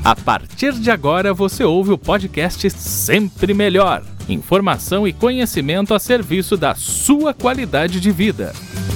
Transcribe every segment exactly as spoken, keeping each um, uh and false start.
A partir de agora você ouve o podcast Sempre Melhor. Informação e conhecimento a serviço da sua qualidade de vida.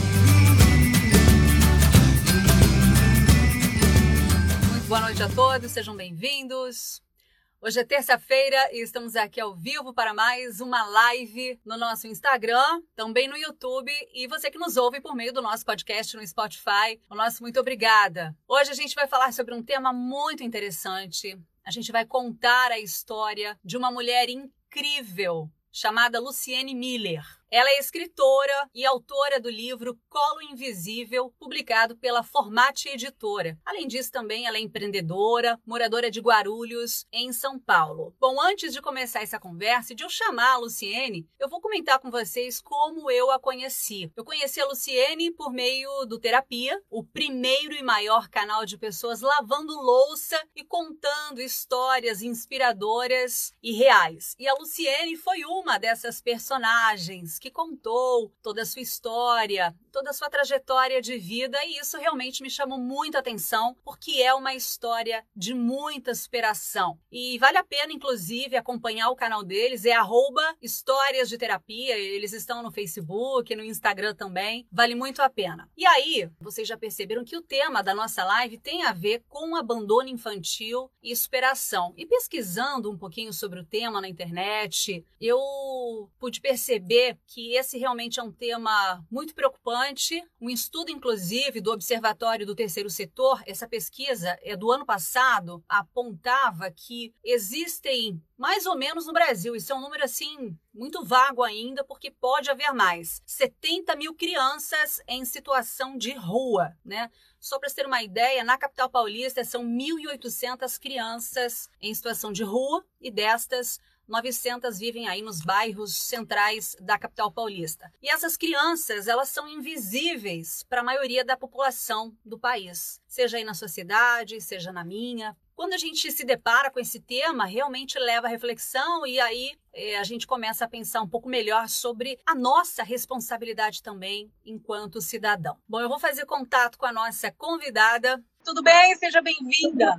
Muito boa noite a todos, sejam bem-vindos. Hoje é terça-feira e estamos aqui ao vivo para mais uma live no nosso Instagram, também no YouTube, e você que nos ouve por meio do nosso podcast no Spotify, o nosso muito obrigada. Hoje a gente vai falar sobre um tema muito interessante. A gente vai contar a história de uma mulher incrível chamada Luciene Miller. Ela é escritora e autora do livro Colo Invisível, publicado pela Formate Editora. Além disso, também ela é empreendedora, moradora de Guarulhos, em São Paulo. Bom, antes de começar essa conversa e de eu chamar a Luciene, eu vou comentar com vocês como eu a conheci. Eu conheci a Luciene por meio do Terapia, o primeiro e maior canal de pessoas lavando louça e contando histórias inspiradoras e reais. E a Luciene foi uma dessas personagens que contou toda a sua história, toda a sua trajetória de vida, e isso realmente me chamou muito a atenção, porque é uma história de muita superação. E vale a pena, inclusive, acompanhar o canal deles, é arroba Histórias de Terapia, eles estão no Facebook, no Instagram também, vale muito a pena. E aí, vocês já perceberam que o tema da nossa live tem a ver com abandono infantil e superação. E pesquisando um pouquinho sobre o tema na internet, eu pude perceber que esse realmente é um tema muito preocupante. Um estudo, inclusive, do Observatório do Terceiro Setor, essa pesquisa é do ano passado, apontava que existem, mais ou menos no Brasil, isso é um número assim muito vago ainda, porque pode haver mais, setenta mil crianças em situação de rua, né? Só para ter uma ideia, na capital paulista são mil e oitocentas crianças em situação de rua, e destas novecentas vivem aí nos bairros centrais da capital paulista. E essas crianças, elas são invisíveis para a maioria da população do país, seja aí na sua cidade, seja na minha. Quando a gente se depara com esse tema, realmente leva a reflexão, e aí é, a gente começa a pensar um pouco melhor sobre a nossa responsabilidade também enquanto cidadão. Bom, eu vou fazer contato com a nossa convidada. Tudo bem? Seja bem-vinda.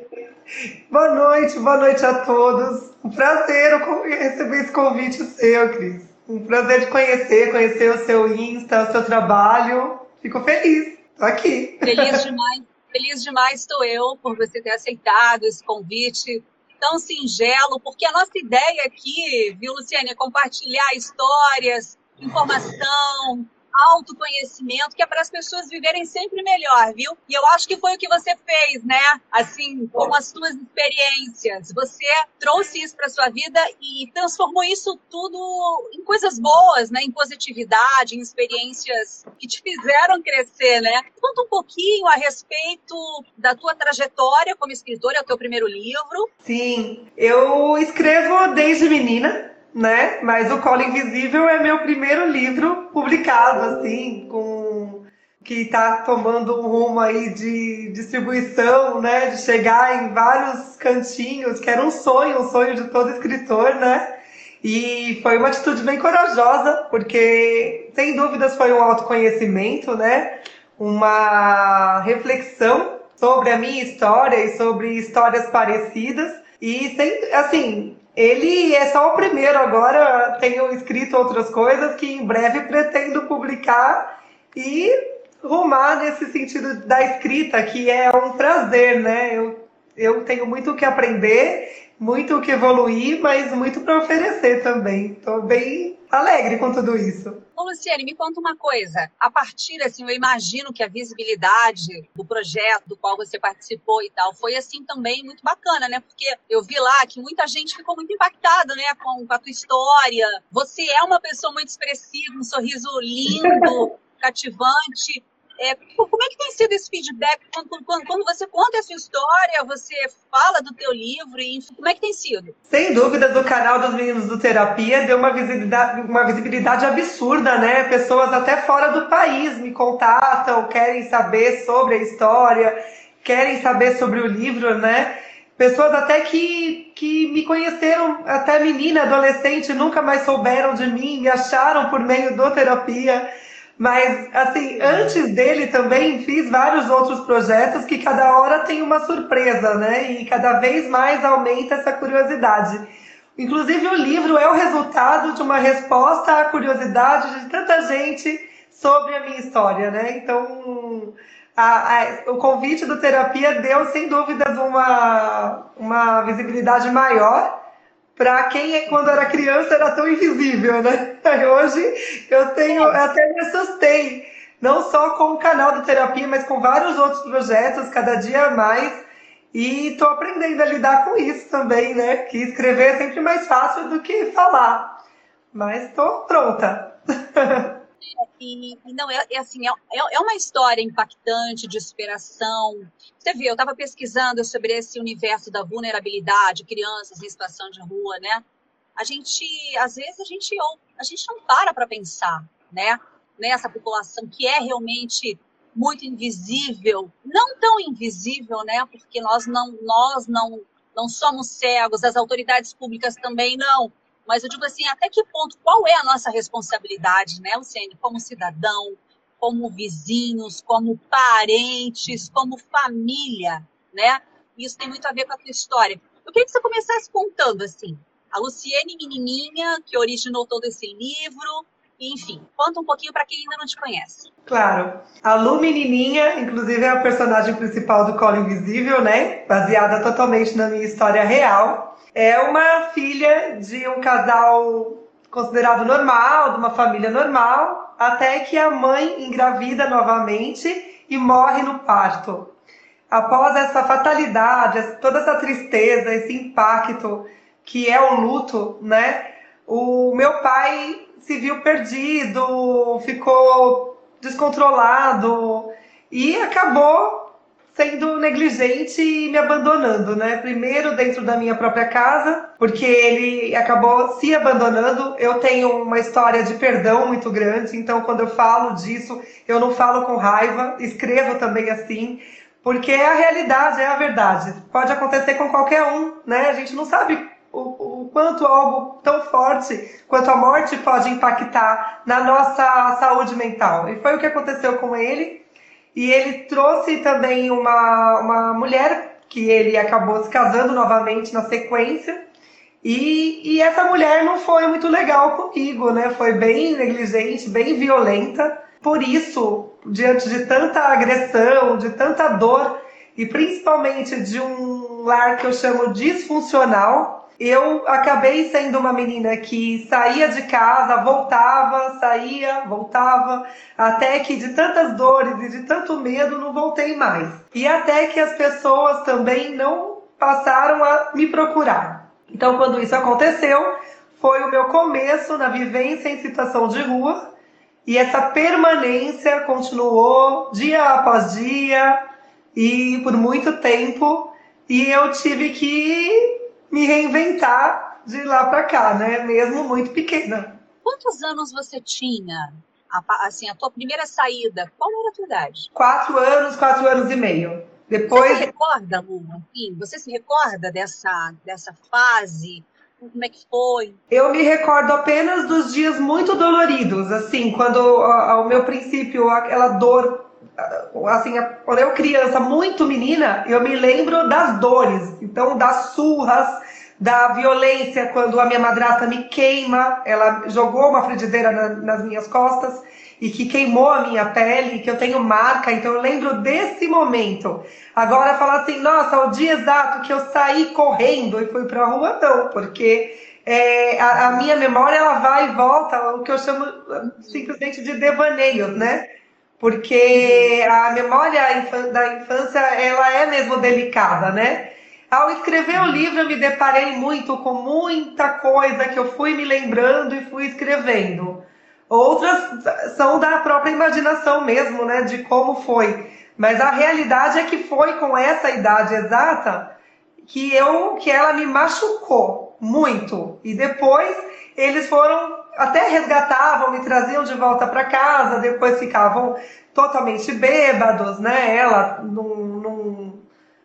Boa noite, boa noite a todos. Um prazer receber esse convite seu, Cris. Um prazer de conhecer, conhecer o seu Insta, o seu trabalho. Fico feliz, tô aqui. Feliz demais, feliz demais estou eu por você ter aceitado esse convite tão singelo, porque a nossa ideia aqui, viu, Luciene, é compartilhar histórias, informação, autoconhecimento, que é para as pessoas viverem sempre melhor, viu? E eu acho que foi o que você fez, né? Assim, com as suas experiências. Você trouxe isso para a sua vida e transformou isso tudo em coisas boas, né? Em positividade, em experiências que te fizeram crescer, né? Conta um pouquinho a respeito da tua trajetória como escritora, é o teu primeiro livro. Sim, eu escrevo desde menina, né? Mas o Colo Invisível é meu primeiro livro publicado, assim, com que está tomando um rumo aí de distribuição, né? De chegar em vários cantinhos, que era um sonho, um sonho de todo escritor, né? E foi uma atitude bem corajosa, porque, sem dúvidas, foi um autoconhecimento, né? Uma reflexão sobre a minha história e sobre histórias parecidas. E, sem, assim, ele é só o primeiro, agora tenho escrito outras coisas que em breve pretendo publicar e rumar nesse sentido da escrita, que é um prazer, né? Eu, eu tenho muito o que aprender, muito o que evoluir, mas muito para oferecer também. Estou bem alegre com tudo isso. Ô, Luciene, me conta uma coisa. A partir, assim, eu imagino que a visibilidade do projeto do qual você participou e tal, foi, assim, também muito bacana, né? Porque eu vi lá que muita gente ficou muito impactada, né, com, com a tua história. Você é uma pessoa muito expressiva, um sorriso lindo, cativante. É, como é que tem sido esse feedback? Quando, quando, quando você conta essa história, você fala do teu livro, e enfim, como é que tem sido? Sem dúvidas, o canal dos Meninos do Terapia deu uma visibilidade, uma visibilidade absurda, né? Pessoas até fora do país me contatam, querem saber sobre a história, querem saber sobre o livro, né? Pessoas até que, que me conheceram, até menina, adolescente, nunca mais souberam de mim, me acharam por meio do Terapia. Mas, assim, antes dele também fiz vários outros projetos que cada hora tem uma surpresa, né? E cada vez mais aumenta essa curiosidade. Inclusive, o livro é o resultado de uma resposta à curiosidade de tanta gente sobre a minha história, né? Então, a, a, o convite do Terapia deu, sem dúvidas, uma, uma visibilidade maior para quem, quando era criança, era tão invisível, né? Hoje, eu tenho, eu até me assustei, não só com o canal do Terapia, mas com vários outros projetos, cada dia mais. E estou aprendendo a lidar com isso também, né? Que escrever é sempre mais fácil do que falar. Mas estou pronta. E, e não, é, é assim, é, é uma história impactante de superação. Você vê, eu estava pesquisando sobre esse universo da vulnerabilidade, crianças em situação de rua, né? A gente, às vezes, a gente, a gente não para para pensar, né? Nessa população que é realmente muito invisível, não tão invisível, né? Porque nós não, nós não, não somos cegos, as autoridades públicas também não. Mas eu digo assim, até que ponto, qual é a nossa responsabilidade, né, Luciene, como cidadão, como vizinhos, como parentes, como família, né? Isso tem muito a ver com a tua história. Eu queria que você começasse contando, assim, a Luciene menininha, que originou todo esse livro, enfim, conta um pouquinho para quem ainda não te conhece. Claro. A Lu menininha, inclusive, é a personagem principal do Colo Invisível, né? Baseada totalmente na minha história real. É uma filha de um casal considerado normal, de uma família normal, até que a mãe engravida novamente e morre no parto. Após essa fatalidade, toda essa tristeza, esse impacto que é o luto, né? O meu pai se viu perdido, ficou descontrolado e acabou sendo negligente e me abandonando, né? Primeiro dentro da minha própria casa, porque ele acabou se abandonando. Eu tenho uma história de perdão muito grande, então quando eu falo disso, eu não falo com raiva, escrevo também assim, porque é a realidade, é a verdade. Pode acontecer com qualquer um, né? A gente não sabe o, o quanto algo tão forte quanto a morte pode impactar na nossa saúde mental. E foi o que aconteceu com ele. E ele trouxe também uma, uma mulher que ele acabou se casando novamente na sequência. E, e essa mulher não foi muito legal comigo, né? Foi bem negligente, bem violenta. Por isso, diante de tanta agressão, de tanta dor, e principalmente de um lar que eu chamo disfuncional, eu acabei sendo uma menina que saía de casa, voltava, saía, voltava, até que de tantas dores e de tanto medo não voltei mais. E até que as pessoas também não passaram a me procurar. Então, quando isso aconteceu, foi o meu começo na vivência em situação de rua, e essa permanência continuou dia após dia e por muito tempo, e eu tive que me reinventar de lá para cá, né? Mesmo muito pequena. Quantos anos você tinha? Assim, a tua primeira saída, qual era a tua idade? Quatro anos, quatro anos e meio. Depois... Você se recorda, Lu? Enfim, você se recorda dessa, dessa fase? Como é que foi? Eu me recordo apenas dos dias muito doloridos, assim, quando ao meu princípio, aquela dor, assim, quando eu criança, muito menina, eu me lembro das dores, então das surras, da violência, quando a minha madrasta me queima, ela jogou uma frigideira na, nas minhas costas e que queimou a minha pele, que eu tenho marca, então eu lembro desse momento. Agora falar assim, nossa, o dia exato que eu saí correndo e fui pra rua, não, porque é, a, a minha memória ela vai e volta, o que eu chamo simplesmente de devaneios, né? Porque a memória da infância, ela é mesmo delicada, né? Ao escrever o livro, eu me deparei muito com muita coisa que eu fui me lembrando e fui escrevendo. Outras são da própria imaginação mesmo, né? De como foi. Mas a realidade é que foi com essa idade exata que, eu, que ela me machucou muito. E depois eles foram, até resgatavam, me traziam de volta para casa, depois ficavam totalmente bêbados, né? Ela não, não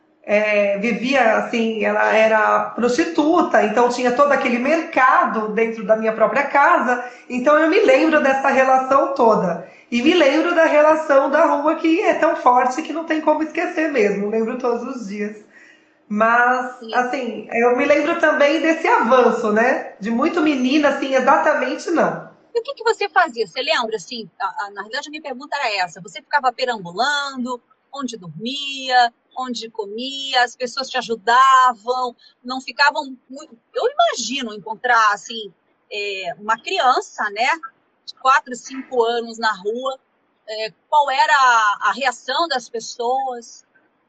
é, vivia assim, ela era prostituta, então tinha todo aquele mercado dentro da minha própria casa. Então eu me lembro dessa relação toda. E me lembro da relação da rua, que é tão forte que não tem como esquecer mesmo. Lembro todos os dias. Mas, assim, eu me lembro também desse avanço, né? De muito menina, assim, exatamente não. E o que, que você fazia? Você lembra, assim, a, a, na verdade a minha pergunta era essa, você ficava perambulando, onde dormia, onde comia, as pessoas te ajudavam, não ficavam muito... Eu imagino encontrar, assim, é, uma criança, né, de quatro, cinco anos na rua, é, qual era a, a reação das pessoas?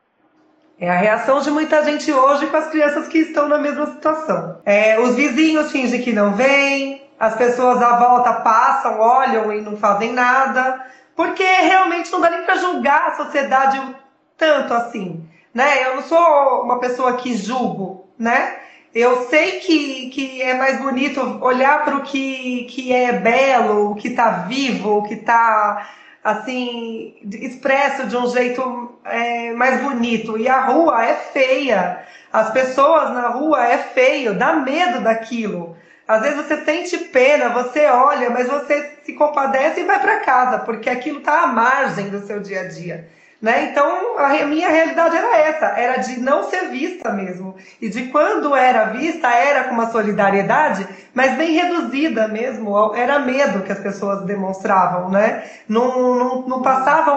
É a reação de muita gente hoje com as crianças que estão na mesma situação. É, os vizinhos fingem que não veem, as pessoas à volta passam, olham e não fazem nada, porque realmente não dá nem para julgar a sociedade tanto assim, né? Eu não sou uma pessoa que julgo, né? Eu sei que, que é mais bonito olhar para o que, que é belo, o que está vivo, o que está assim, expresso de um jeito é, mais bonito. E a rua é feia. As pessoas na rua é feio, dá medo daquilo. Às vezes você sente pena, você olha, mas você se compadece e vai para casa, porque aquilo está à margem do seu dia a dia. Né? Então, a minha realidade era essa, era de não ser vista mesmo. E de quando era vista, era com uma solidariedade, mas bem reduzida mesmo. Era medo que as pessoas demonstravam, né? Não, não, não passavam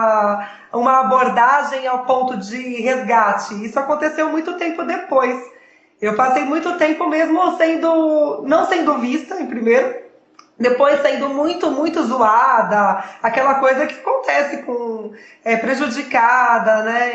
a, a uma abordagem ao ponto de resgate. Isso aconteceu muito tempo depois. Eu passei muito tempo mesmo sendo, não sendo vista, em primeiro, depois sendo muito, muito zoada, aquela coisa que acontece com é, prejudicada, né?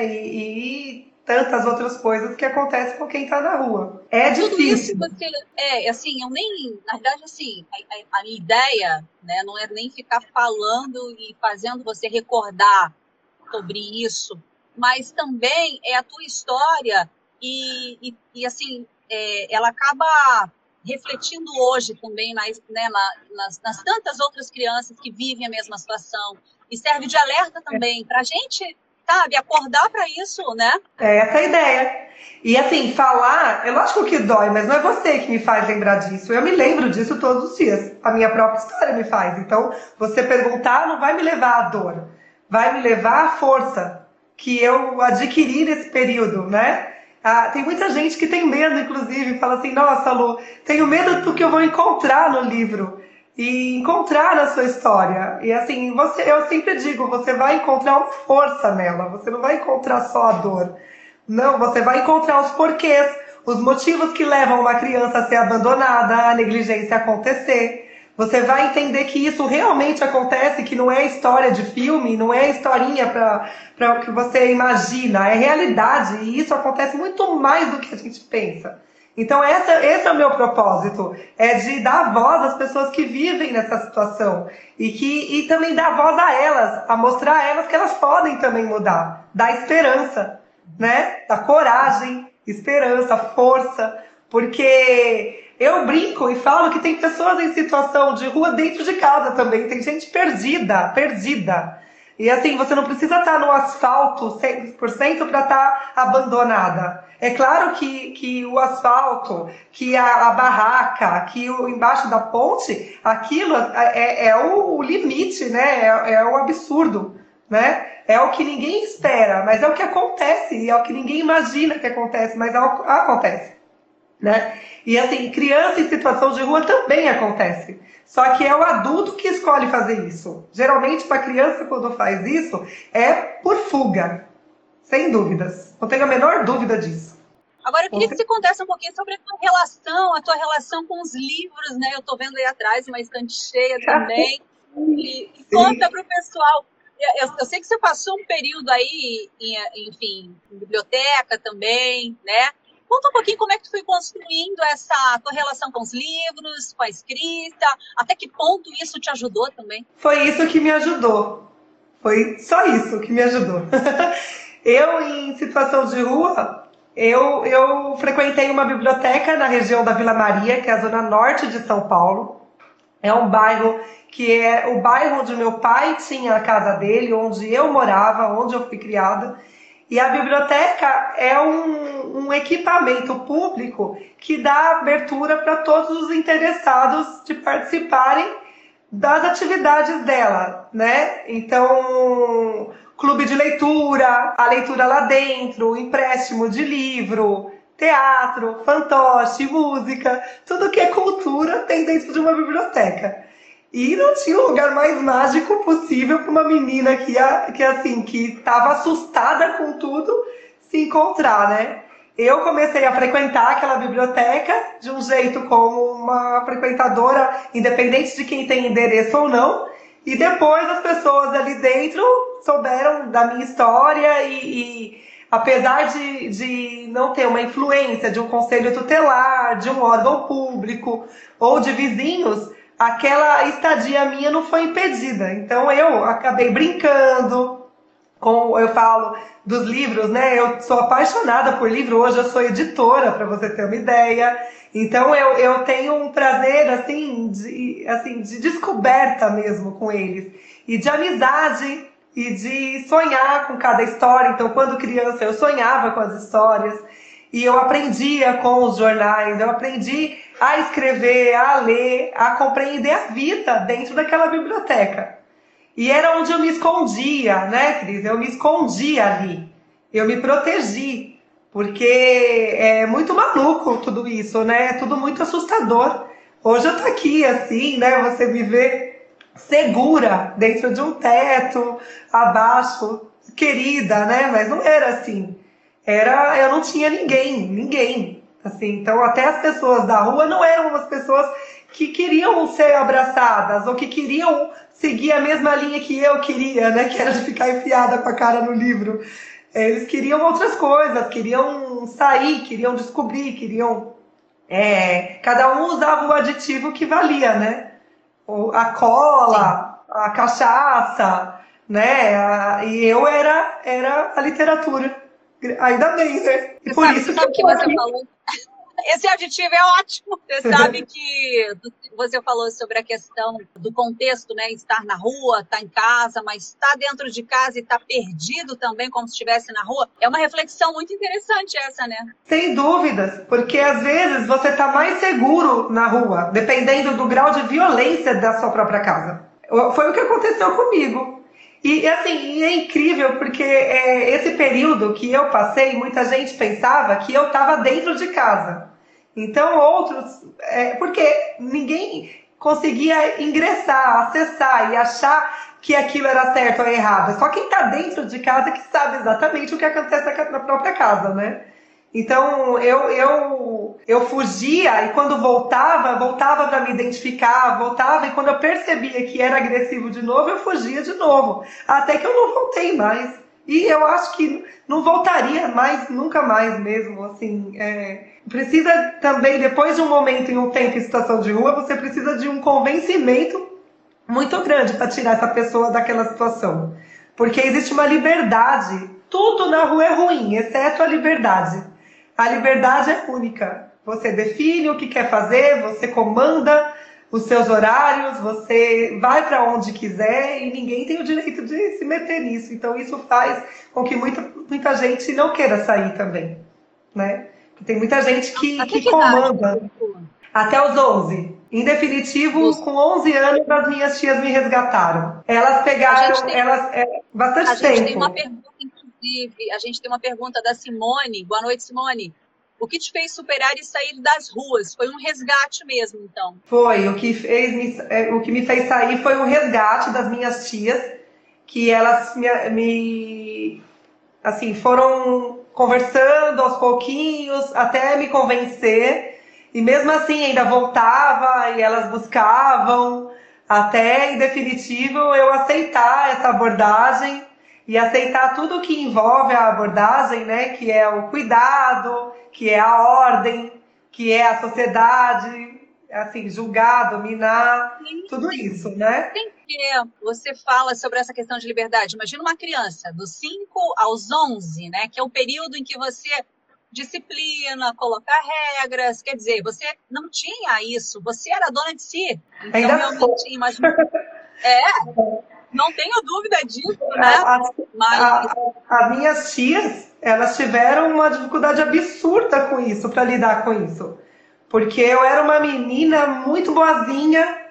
E, e tantas outras coisas que acontecem com quem está na rua. É difícil. Tudo isso você, é, assim, eu nem, na verdade, assim, a, a minha ideia, né, não é nem ficar falando e fazendo você recordar sobre isso, mas também é a tua história e, e, e assim, é, ela acaba refletindo hoje também nas, né, nas, nas tantas outras crianças que vivem a mesma situação. E serve de alerta também para a gente, sabe, acordar para isso, né? É essa a ideia. E assim, falar, é lógico que dói, mas não é você que me faz lembrar disso. Eu me lembro disso todos os dias. A minha própria história me faz. Então, você perguntar não vai me levar à dor. Vai me levar à força que eu adquiri nesse período, né? Ah, tem muita gente que tem medo, inclusive, fala assim, nossa, Lu, tenho medo do que eu vou encontrar no livro e encontrar na sua história. E assim, você, eu sempre digo, você vai encontrar uma força nela, você não vai encontrar só a dor. Não, você vai encontrar os porquês, os motivos que levam uma criança a ser abandonada, a negligência acontecer. Você vai entender que isso realmente acontece, que não é história de filme, não é historinha para o que você imagina, é realidade, e isso acontece muito mais do que a gente pensa. Então essa, esse é o meu propósito, é de dar voz às pessoas que vivem nessa situação, e, que, e também dar voz a elas, a mostrar a elas que elas podem também mudar, dar esperança, né? Dar coragem, esperança, força, porque... Eu brinco e falo que tem pessoas em situação de rua dentro de casa também. Tem gente perdida, perdida. E assim, você não precisa estar no asfalto cem por cento para estar abandonada. É claro que, que o asfalto, que a, a barraca, que o embaixo da ponte, aquilo é, é o limite, né? É, é o absurdo, né? É o que ninguém espera, mas é o que acontece. É o que ninguém imagina que acontece, mas é o que acontece. Né? E assim, criança em situação de rua também acontece. Só que é o adulto que escolhe fazer isso. Geralmente, para a criança, quando faz isso, é por fuga. Sem dúvidas. Não tenho a menor dúvida disso. Agora, eu queria que você contasse um pouquinho sobre a tua relação, a tua relação com os livros, né? Eu estou vendo aí atrás uma estante cheia também. E, e conta para o pessoal. Eu, eu sei que você passou um período aí, em, enfim, em biblioteca também, né? Conta um pouquinho como é que tu foi construindo essa tua relação com os livros, com a escrita, até que ponto isso te ajudou também? Foi isso que me ajudou. Foi só isso que me ajudou. Eu, em situação de rua, eu, eu frequentei uma biblioteca na região da Vila Maria, que é a zona norte de São Paulo. É um bairro que é o bairro onde meu pai tinha a casa dele, onde eu morava, onde eu fui criada. E a biblioteca é um, um equipamento público que dá abertura para todos os interessados de participarem das atividades dela, né? Então, clube de leitura, a leitura lá dentro, empréstimo de livro, teatro, fantoche, música, tudo que é cultura tem dentro de uma biblioteca. E não tinha um lugar mais mágico possível para uma menina que, que assim, que estava assustada com tudo se encontrar, né? Eu comecei a frequentar aquela biblioteca de um jeito como uma frequentadora, independente de quem tem endereço ou não, e depois as pessoas ali dentro souberam da minha história e, e apesar de, de não ter uma influência de um conselho tutelar, de um órgão público ou de vizinhos, aquela estadia minha não foi impedida. Então eu acabei brincando, com, eu falo dos livros, né? Eu sou apaixonada por livro, hoje eu sou editora, para você ter uma ideia. Então eu, eu tenho um prazer assim de, assim de descoberta mesmo com eles. E de amizade e de sonhar com cada história. Então quando criança eu sonhava com as histórias. E eu aprendia com os jornais, eu aprendi a escrever, a ler, a compreender a vida dentro daquela biblioteca. E era onde eu me escondia, né, Cris? Eu me escondia ali. Eu me protegi. Porque é muito maluco tudo isso, né? É tudo muito assustador. Hoje eu tô aqui, assim, né? Você me vê segura dentro de um teto, abaixo, querida, né? Mas não era assim. Era, eu não tinha ninguém, ninguém. Assim, então até as pessoas da rua não eram umas pessoas que queriam ser abraçadas ou que queriam seguir a mesma linha que eu queria, né? Que era de ficar enfiada com a cara no livro. Eles queriam outras coisas, queriam sair, queriam descobrir, queriam... É, cada um usava o aditivo que valia, né? A cola, sim, a cachaça, né? A, e eu era, era a literatura. Ainda bem, né? E por sabe, isso sabe que, que você falou. Esse aditivo é ótimo. Você sabe que você falou sobre a questão do contexto, né? Estar na rua, estar em casa, mas estar dentro de casa e estar perdido também, como se estivesse na rua. É uma reflexão muito interessante essa, né? Sem dúvidas, porque às vezes você está mais seguro na rua, dependendo do grau de violência da sua própria casa. Foi o que aconteceu comigo. E assim, é incrível porque é, esse período que eu passei, muita gente pensava que eu estava dentro de casa. Então outros, é, porque ninguém conseguia ingressar, acessar e achar que aquilo era certo ou errado. Só quem está dentro de casa que sabe exatamente o que acontece na própria casa, né? Então eu, eu, eu fugia e quando voltava, voltava para me identificar, voltava e quando eu percebia que era agressivo de novo, eu fugia de novo. Até que eu não voltei mais. E eu acho que não voltaria mais, nunca mais mesmo. Assim, é, precisa também, depois de um momento em um tempo em situação de rua, você precisa de um convencimento muito grande para tirar essa pessoa daquela situação. Porque existe uma liberdade. Tudo na rua é ruim, exceto a liberdade. A liberdade é única. Você define o que quer fazer, você comanda os seus horários, você vai para onde quiser e ninguém tem o direito de se meter nisso. Então isso faz com que muita, muita gente não queira sair também, né? Porque tem muita gente que, que, que comanda. Até os onze. Em definitivo, Isso. com onze anos, as minhas tias me resgataram. Elas pegaram, tem, elas, é, bastante a tempo. A gente tem uma pergunta, inclusive, a gente tem uma pergunta da Simone. Boa noite, Simone. O que te fez superar e sair das ruas? Foi um resgate mesmo, então? Foi, o que, fez me, o que me fez sair foi um resgate das minhas tias, que elas me, me assim, foram conversando aos pouquinhos, até me convencer, e mesmo assim ainda voltava, e elas buscavam, até, em definitivo, eu aceitar essa abordagem, e aceitar tudo que envolve a abordagem, né, que é o cuidado, que é a ordem, que é a sociedade, assim, julgar, dominar, Sim. tudo isso, né? Tem que você fala sobre essa questão de liberdade. Imagina uma criança dos cinco aos onze, né, que é o período em que você disciplina, colocar regras, quer dizer, você não tinha isso, você era dona de si. Então, Ainda realmente, imagina... É... Não tenho dúvida disso, né? As, Mas... a, as minhas tias, elas tiveram uma dificuldade absurda com isso, para lidar com isso. Porque eu era uma menina muito boazinha,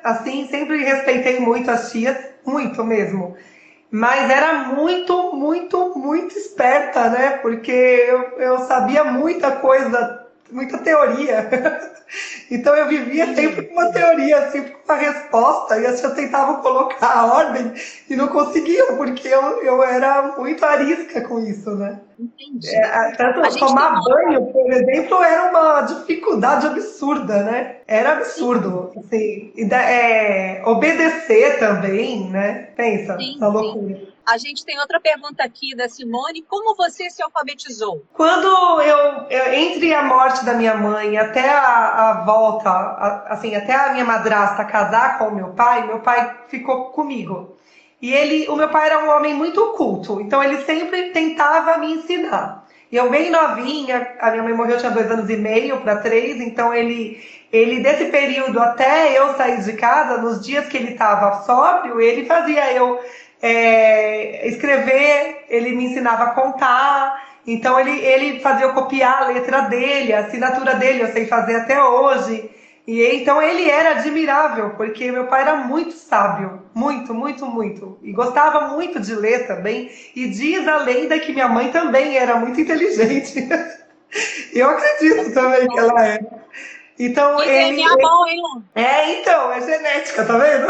assim, sempre respeitei muito as tias, muito mesmo. Mas era muito, muito, muito esperta, né? Porque eu, eu sabia muita coisa, muita teoria. Então eu vivia sempre com uma teoria, sempre com uma resposta, e as tias tentavam colocar a ordem e não conseguiam, porque eu, eu era muito arisca com isso, né? Entendi. É, tanto tomar banho, por exemplo, era uma dificuldade absurda, né? Era absurdo. Assim, e da, é, obedecer também, né? Pensa, sim, essa loucura. Sim. A gente tem outra pergunta aqui da Simone. Como você se alfabetizou? Quando eu, eu entre a morte da minha mãe até a, a volta, a, assim, até a minha madrasta casar com o meu pai, meu pai ficou comigo. E ele, o meu pai era um homem muito culto, então ele sempre tentava me ensinar. E eu bem novinha, a minha mãe morreu, tinha dois anos e meio para três, então ele, ele desse período até eu sair de casa, nos dias que ele estava sóbrio, ele fazia eu é, escrever, ele me ensinava a contar, então ele, ele fazia eu copiar a letra dele, a assinatura dele, eu sei fazer até hoje. E então ele era admirável, porque meu pai era muito sábio, muito, muito, muito. E gostava muito de ler também. E diz a lenda que minha mãe também era muito inteligente. Eu acredito também que ela é. Então, e ele, é bom, hein, Lu? É, então, é genética, tá vendo?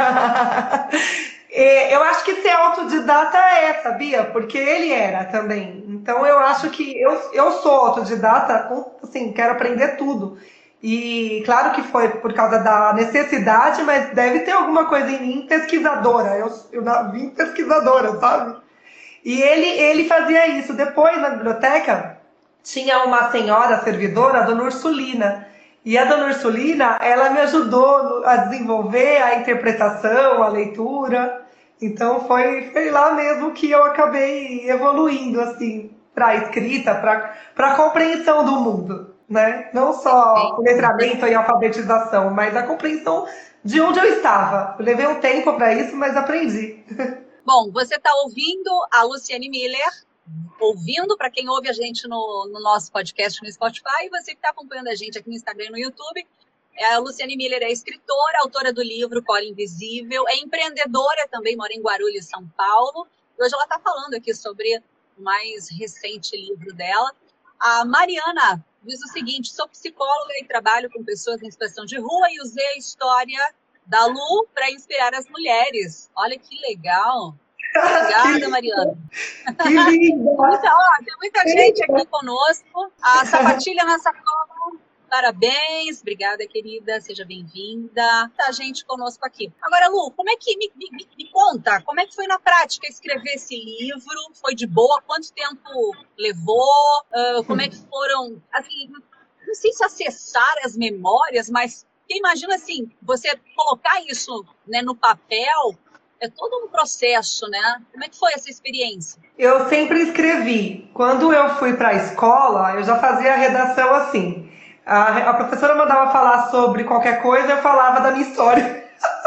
Eu acho que ser autodidata é, sabia? Porque ele era também. Então eu acho que eu, eu sou autodidata, assim, quero aprender tudo. E claro que foi por causa da necessidade, mas deve ter alguma coisa em mim pesquisadora. Eu, eu vim pesquisadora, sabe? E ele, ele fazia isso. Depois, na biblioteca, tinha uma senhora servidora, a dona Ursulina. E a dona Ursulina, ela me ajudou a desenvolver a interpretação, a leitura. Então foi, foi lá mesmo que eu acabei evoluindo, assim, para a escrita, para a compreensão do mundo. Né? Não só o letramento e alfabetização, mas a compreensão de onde eu estava. Eu levei um tempo para isso, mas aprendi. Bom, você está ouvindo a Luciane Miller, ouvindo para quem ouve a gente no, no nosso podcast no Spotify, e você que está acompanhando a gente aqui no Instagram e no YouTube. A Luciane Miller é escritora, autora do livro Cola Invisível, é empreendedora também, mora em Guarulhos, São Paulo. E hoje ela está falando aqui sobre o mais recente livro dela. A Mariana diz o seguinte: sou psicóloga e trabalho com pessoas em situação de rua e usei a história da Lu para inspirar as mulheres. Olha que legal. Obrigada, que Mariana. Que linda. Muita, ó, tem muita gente aqui conosco. A Sapatilha na Sacola, parabéns. Obrigada, querida. Seja bem-vinda. Muita gente conosco aqui. Agora, Lu, como é que me, me, me conta? Como é que foi na prática escrever esse livro? Foi de boa? Quanto tempo levou? Uh, como é que foram? Assim, não sei se acessar as memórias, mas eu imagino assim, você colocar isso, né, no papel. É todo um processo, né? Como é que foi essa experiência? Eu sempre escrevi. Quando eu fui para a escola, eu já fazia a redação assim. A, a professora mandava falar sobre qualquer coisa, eu falava da minha história.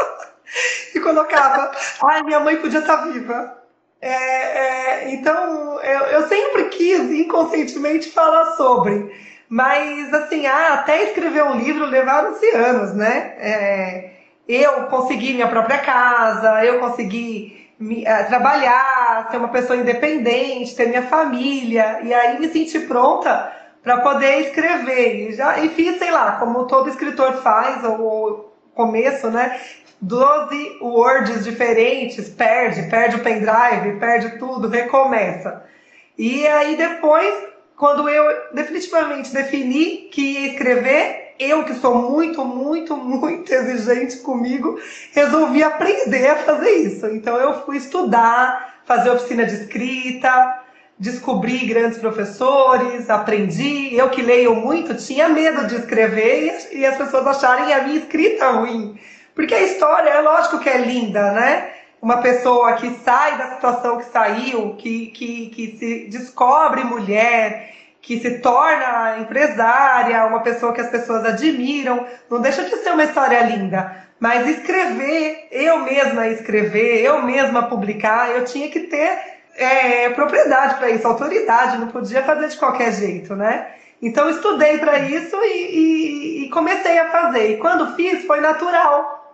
E colocava, ai, minha mãe podia estar viva. É, é, então, eu, eu sempre quis, inconscientemente, falar sobre. Mas, assim, ah, até escrever um livro levaram-se anos, né? É, eu consegui minha própria casa, eu consegui me, uh, trabalhar, ser uma pessoa independente, ter minha família, e aí me senti pronta para poder escrever. E, já, e fiz, sei lá, como todo escritor faz, ou começo, né? doze words diferentes, perde, perde o pendrive, perde tudo, recomeça. E aí depois, quando eu definitivamente defini que ia escrever, eu que sou muito, muito, muito exigente comigo, resolvi aprender a fazer isso. Então eu fui estudar, fazer oficina de escrita, descobri grandes professores, aprendi. Eu que leio muito, tinha medo de escrever e as pessoas acharem a minha escrita ruim. Porque a história, é lógico que é linda, né? Uma pessoa que sai da situação que saiu, que, que, que se descobre mulher, que se torna empresária, uma pessoa que as pessoas admiram, não deixa de ser uma história linda. Mas escrever, eu mesma escrever, eu mesma publicar, eu tinha que ter é, propriedade para isso, autoridade, não podia fazer de qualquer jeito, né? Então estudei para isso e, e, e comecei a fazer. E quando fiz, foi natural.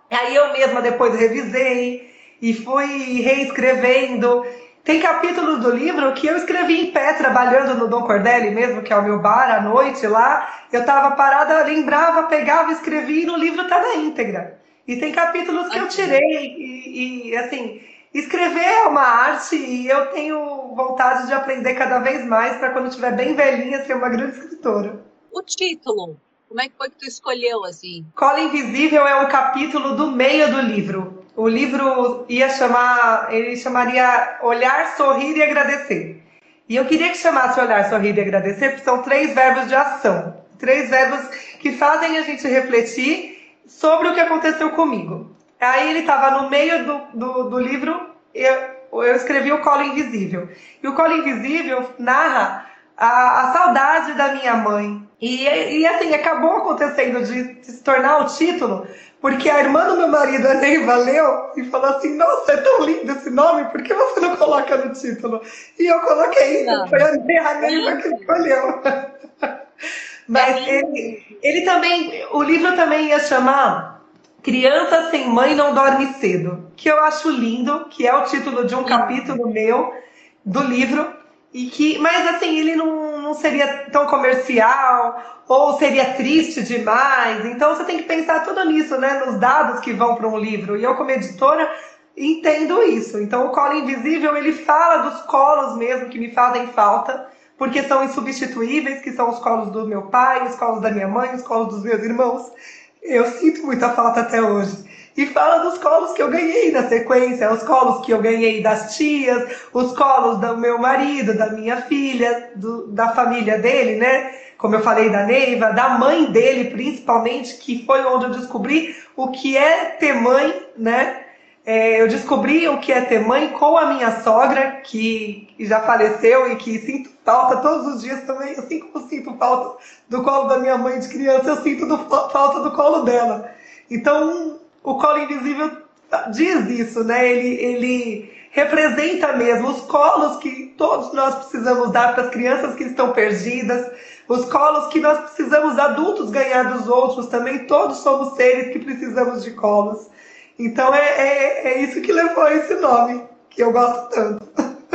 Aí eu mesma depois revisei e fui reescrevendo. Tem capítulos do livro que eu escrevi em pé, trabalhando no Dom Cordelli mesmo, que é o meu bar, à noite lá. Eu tava parada, lembrava, pegava, escrevia e no livro tá na íntegra. E tem capítulos que eu tirei e, e assim, escrever é uma arte e eu tenho vontade de aprender cada vez mais para quando estiver bem velhinha ser uma grande escritora. O título, como é que foi que tu escolheu, assim? Cola Invisível é um capítulo do meio do livro. O livro ia chamar, ele chamaria Olhar, Sorrir e Agradecer. E eu queria que chamasse Olhar, Sorrir e Agradecer, porque são três verbos de ação. Três verbos que fazem a gente refletir sobre o que aconteceu comigo. Aí ele estava no meio do, do, do livro, eu, eu escrevi o Colo Invisível. E o Colo Invisível narra a, a saudade da minha mãe. E, e assim, acabou acontecendo de, de se tornar o título, porque a irmã do meu marido, a Neiva, leu e falou assim, nossa, é tão lindo esse nome, por que você não coloca no título? E eu coloquei, não. Foi a Neiva que escolheu. Mas ele, ele também, o livro também ia chamar Criança Sem Mãe Não Dorme Cedo, que eu acho lindo, que é o título de um capítulo meu do livro, e que, mas assim, ele não, não seria tão comercial, ou seria triste demais, então você tem que pensar tudo nisso, né, nos dados que vão para um livro, e eu como editora entendo isso. Então o Colo Invisível, ele fala dos colos mesmo que me fazem falta, porque são insubstituíveis, que são os colos do meu pai, os colos da minha mãe, os colos dos meus irmãos. Eu sinto muita falta até hoje. E fala dos colos que eu ganhei na sequência, os colos que eu ganhei das tias, os colos do meu marido, da minha filha, do, da família dele, né? Como eu falei, da Neiva, da mãe dele principalmente, que foi onde eu descobri o que é ter mãe, né? É, eu descobri o que é ter mãe com a minha sogra, que já faleceu e que sinto falta todos os dias também. Assim como sinto falta do colo da minha mãe de criança, eu sinto do, falta do colo dela. Então, o Colo Invisível diz isso, né? Ele, ele representa mesmo os colos que todos nós precisamos dar para as crianças que estão perdidas, os colos que nós precisamos adultos ganhar dos outros também. Todos somos seres que precisamos de colos. Então é, é, é isso que levou a esse nome, que eu gosto tanto.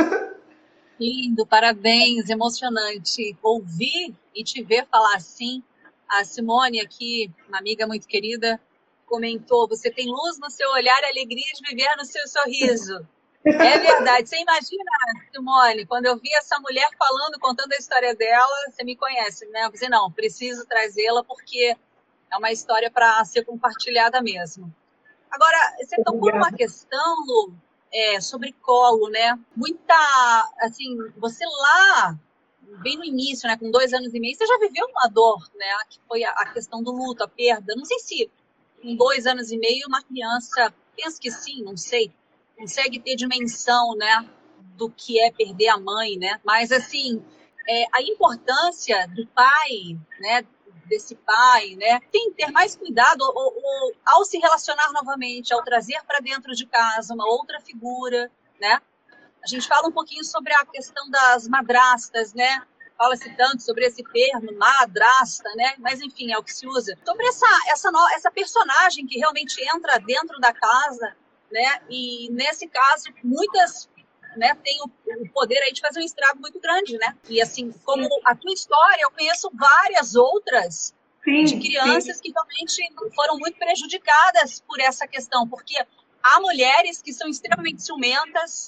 Lindo, parabéns, emocionante. Ouvir e te ver falar assim. A Simone aqui, uma amiga muito querida, comentou, você tem luz no seu olhar e alegria de viver no seu sorriso. É verdade. Você imagina, Simone, quando eu vi essa mulher falando, contando a história dela, você me conhece, né? Eu falei, não, preciso trazê-la porque é uma história para ser compartilhada mesmo. Agora, você tocou numa questão, Lu, é, sobre colo, né? Muita, assim, você lá, bem no início, né, com dois anos e meio, você já viveu uma dor, né? Que foi a, a questão do luto, a perda. Não sei se com dois anos e meio uma criança, penso que sim, não sei, consegue ter dimensão, né, do que é perder a mãe, né? Mas, assim, é, a importância do pai, né, desse pai, né? Tem que ter mais cuidado ou, ou, ao se relacionar novamente, ao trazer para dentro de casa uma outra figura, né? A gente fala um pouquinho sobre a questão das madrastas, né? Fala-se tanto sobre esse termo, madrasta, né? Mas, enfim, é o que se usa. Sobre essa, essa, essa personagem que realmente entra dentro da casa, né? E, nesse caso, muitas... né, tem o, o poder aí de fazer um estrago muito grande, né? E assim, como a tua história, eu conheço várias outras sim, de crianças sim. que realmente foram muito prejudicadas por essa questão, porque há mulheres que são extremamente ciumentas,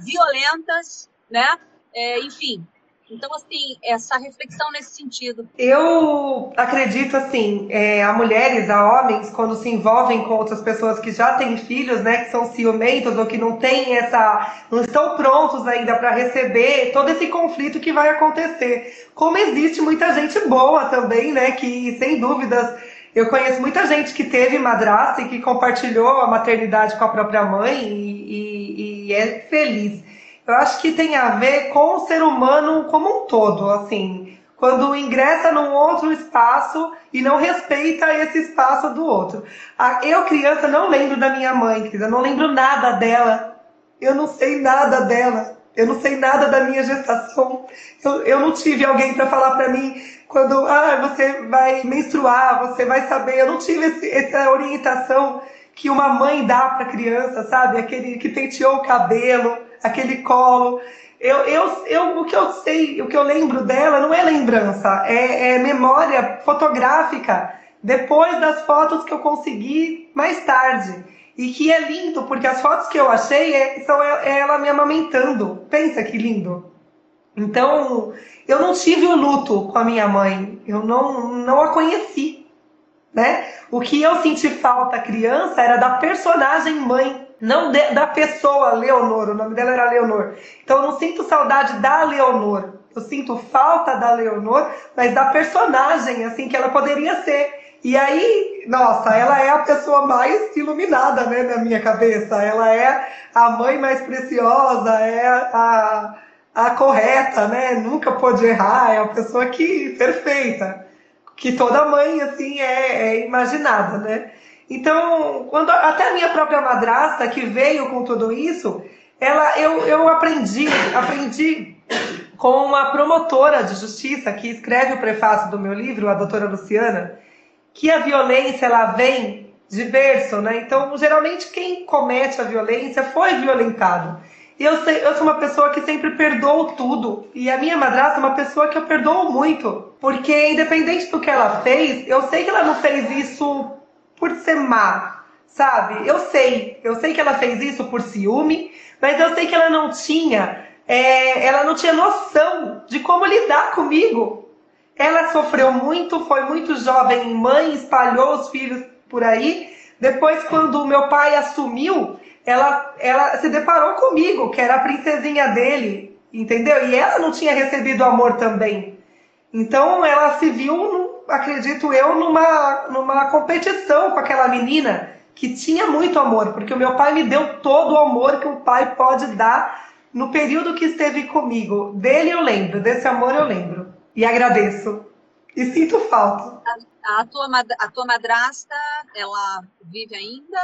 violentas, né? É, enfim, então, assim, essa reflexão nesse sentido. Eu acredito, assim, é, a mulheres, a homens, quando se envolvem com outras pessoas que já têm filhos, né, que são ciumentos ou que não têm essa, não estão prontos ainda para receber todo esse conflito que vai acontecer. Como existe muita gente boa também, né, que, sem dúvidas, eu conheço muita gente que teve madrasta e que compartilhou a maternidade com a própria mãe e, e, e é feliz. Eu acho que tem a ver com o ser humano como um todo, assim, quando ingressa num outro espaço e não respeita esse espaço do outro. Eu, criança, não lembro da minha mãe, eu não lembro nada dela, eu não sei nada dela, eu não sei nada da minha gestação, eu, eu não tive alguém para falar para mim quando ah, você vai menstruar, você vai saber, eu não tive esse, essa orientação que uma mãe dá para a criança, sabe? Aquele que penteou o cabelo, aquele colo. Eu, eu, eu, o que eu sei, o que eu lembro dela não é lembrança, é, é memória fotográfica, depois das fotos que eu consegui mais tarde. E que é lindo, porque as fotos que eu achei é, são ela me amamentando. Pensa que lindo. Então, eu não tive o luto com a minha mãe, eu não, não a conheci, né? O que eu senti falta criança era da personagem mãe, não de, da pessoa Leonor, o nome dela era Leonor. Então, eu não sinto saudade da Leonor, eu sinto falta da Leonor, mas da personagem, assim, que ela poderia ser. E aí, nossa, ela é a pessoa mais iluminada, né, na minha cabeça. Ela é a mãe mais preciosa, é a... a correta, né? Nunca pode errar, é uma pessoa que perfeita, que toda mãe assim é, é imaginada, né? Então, quando até a minha própria madrasta que veio com tudo isso, ela, eu, eu aprendi, aprendi com uma promotora de justiça que escreve o prefácio do meu livro, a doutora Luciana, que a violência ela vem de berço, né? Então, geralmente quem comete a violência foi violentado. E eu, sei, eu sou uma pessoa que sempre perdoo tudo. E a minha madrasta é uma pessoa que eu perdoo muito. Porque independente do que ela fez, eu sei que ela não fez isso por ser má, sabe? Eu sei. Eu sei que ela fez isso por ciúme, mas eu sei que ela não tinha, é, ela não tinha noção de como lidar comigo. Ela sofreu muito, foi muito jovem mãe, espalhou os filhos por aí. Depois, quando o meu pai assumiu, Ela, ela se deparou comigo, que era a princesinha dele, entendeu? E ela não tinha recebido amor também. Então ela se viu, acredito eu, numa, numa competição com aquela menina que tinha muito amor, porque o meu pai me deu todo o amor que um pai pode dar no período que esteve comigo. Dele eu lembro, desse amor eu lembro. E agradeço. E sinto falta. A, a, tua, a tua madrasta, ela vive ainda?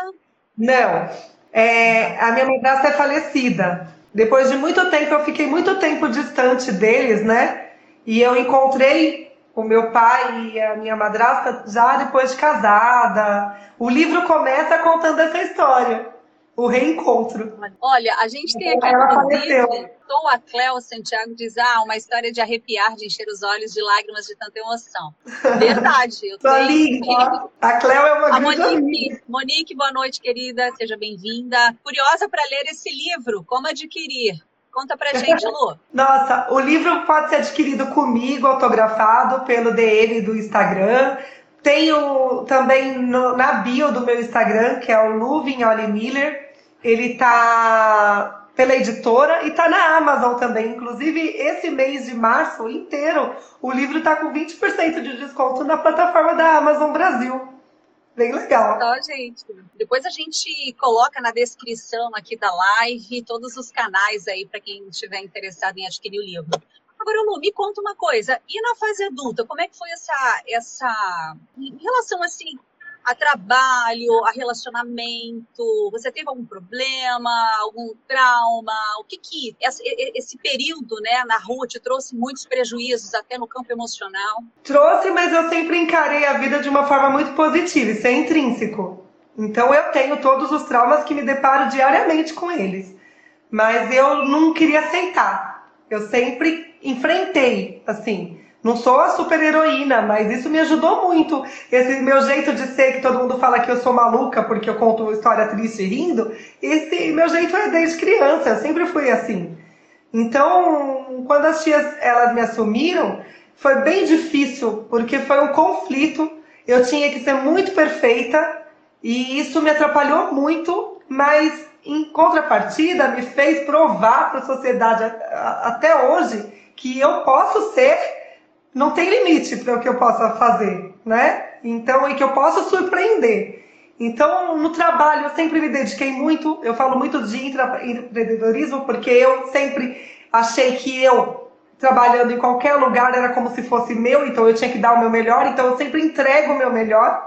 Não. É, a minha madrasta é falecida. Depois de muito tempo, eu fiquei muito tempo distante deles, né? E eu encontrei o meu pai e a minha madrasta já depois de casada. O livro começa contando essa história, o reencontro. Olha, a gente tem aqui, Ela inclusive, faleceu. a Cléo Santiago diz, ah, uma história de arrepiar, de encher os olhos de lágrimas de tanta emoção. Verdade. Eu Sua tenho... linda. A Cléo é uma A grande Monique, amiga. Monique, boa noite, querida. Seja bem-vinda. Curiosa para ler esse livro. Como adquirir? Conta pra gente, Lu. Nossa, o livro pode ser adquirido comigo, autografado pelo D M do Instagram. Tenho também no, na bio do meu Instagram, que é o Lu Vignoli Miller. Ele tá pela editora e tá na Amazon também. Inclusive, esse mês de março inteiro, o livro tá com vinte por cento de desconto na plataforma da Amazon Brasil. Bem legal. Então, gente, depois a gente coloca na descrição aqui da live todos os canais aí para quem estiver interessado em adquirir o livro. Agora, Lu, me conta uma coisa. E na fase adulta, como é que foi essa, essa em relação assim a trabalho, a relacionamento? Você teve algum problema, algum trauma? O que que esse, esse período, né, na rua te trouxe muitos prejuízos até no campo emocional? Trouxe, mas eu sempre encarei a vida de uma forma muito positiva, isso é intrínseco. Então eu tenho todos os traumas que me deparo diariamente com eles. Mas eu não queria aceitar. Eu sempre enfrentei, assim. Não sou a super heroína, mas isso me ajudou muito. Esse meu jeito de ser, que todo mundo fala que eu sou maluca porque eu conto história triste rindo, esse meu jeito é desde criança, eu sempre fui assim. Então, quando as tias elas me assumiram, foi bem difícil, porque foi um conflito. Eu tinha que ser muito perfeita e isso me atrapalhou muito, mas em contrapartida me fez provar para a sociedade até hoje que eu posso ser. Não tem limite para o que eu possa fazer, né? Então, e que eu posso surpreender. Então, no trabalho, eu sempre me dediquei muito, eu falo muito de empreendedorismo, porque eu sempre achei que eu, trabalhando em qualquer lugar, era como se fosse meu, então eu tinha que dar o meu melhor, então eu sempre entrego o meu melhor.